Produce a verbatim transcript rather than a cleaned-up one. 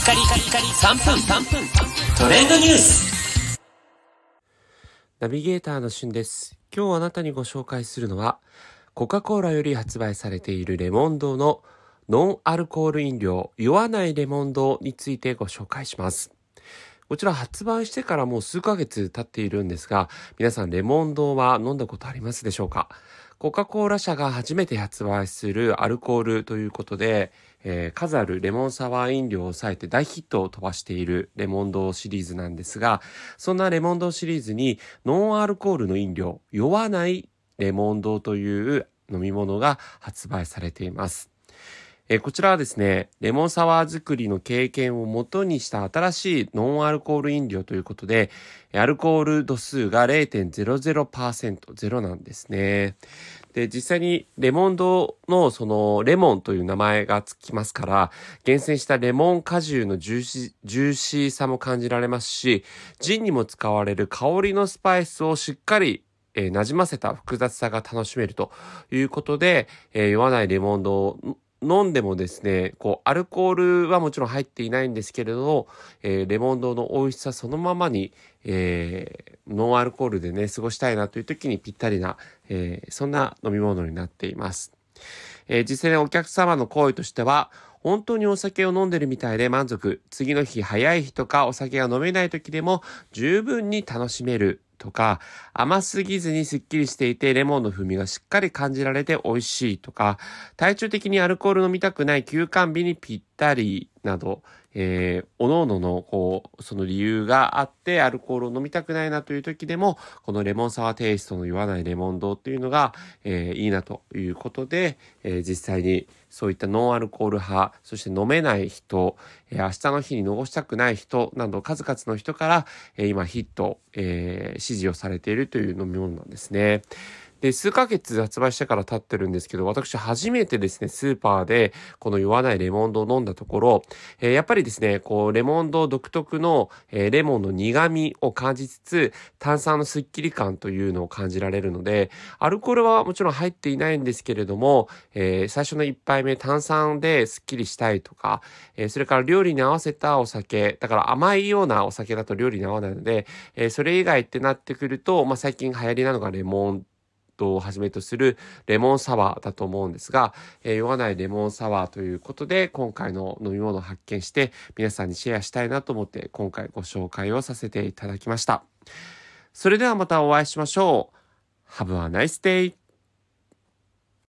カリカリカリさんぷんさんぷんトレンドニュース。 ナビゲーターのしゅんです。今日あなたにご紹介するのはコカ・コーラより発売されているレモン堂のノンアルコール飲料酔わないレモン堂についてご紹介します。こちら発売してからもう数ヶ月経っているんですが、皆さんレモン堂は飲んだことありますでしょうか？コカ・コーラ社が初めて発売するアルコールということで、えー、数あるレモンサワー飲料を抑えて大ヒットを飛ばしているレモン堂シリーズなんですが、そんなレモン堂シリーズにノンアルコールの飲料酔わないレモン堂という飲み物が発売されています。えー、こちらはですね、レモンサワー作りの経験をもとにした新しいノンアルコール飲料ということで、アルコール度数が ゼロてんゼロゼロパーセント、ゼロなんですね。で、実際にレモン堂のそのレモンという名前がつきますから、厳選したレモン果汁のジューシー、ジューシーさも感じられますし、ジンにも使われる香りのスパイスをしっかりえー、馴染ませた複雑さが楽しめるということで、えー、酔わないレモン堂飲んでもですね、こうアルコールはもちろん入っていないんですけれど、えー、レモン堂の美味しさそのままに、えー、ノンアルコールでね過ごしたいなという時にぴったりな、えー、そんな飲み物になっています。えー、実際にお客様の声としては、本当にお酒を飲んでるみたいで満足。次の日早い日とかお酒が飲めない時でも十分に楽しめるとか、甘すぎずにすっきりしていてレモンの風味がしっかり感じられて美味しいとか、体調的にアルコール飲みたくない休館日にぴったりなど、えー、おのおののこうその理由があってアルコールを飲みたくないなという時でもこのレモンサワーテイストの酔わないレモン堂っていうのが、えー、いいなということで、えー、実際にそういったノンアルコール派、そして飲めない人、えー、明日の日に残したくない人など数々の人から、えー、今ヒット、えー、支持をされているという飲み物なんですね。で、数ヶ月発売してから経ってるんですけど、私初めてですね、スーパーでこの酔わないレモン堂を飲んだところ、えー、やっぱりですね、こう、レモン堂独特の、えー、レモンの苦味を感じつつ、炭酸のスッキリ感というのを感じられるので、アルコールはもちろん入っていないんですけれども、えー、最初の一杯目炭酸でスッキリしたいとか、えー、それから料理に合わせたお酒、だから甘いようなお酒だと料理に合わないので、えー、それ以外ってなってくると、まあ、最近流行りなのがレモンをはじめとするレモンサワーだと思うんですが、えー、酔わないレモンサワーということで今回の飲み物を発見して皆さんにシェアしたいなと思って今回ご紹介をさせていただきました。それではまたお会いしましょう。Have a nice day!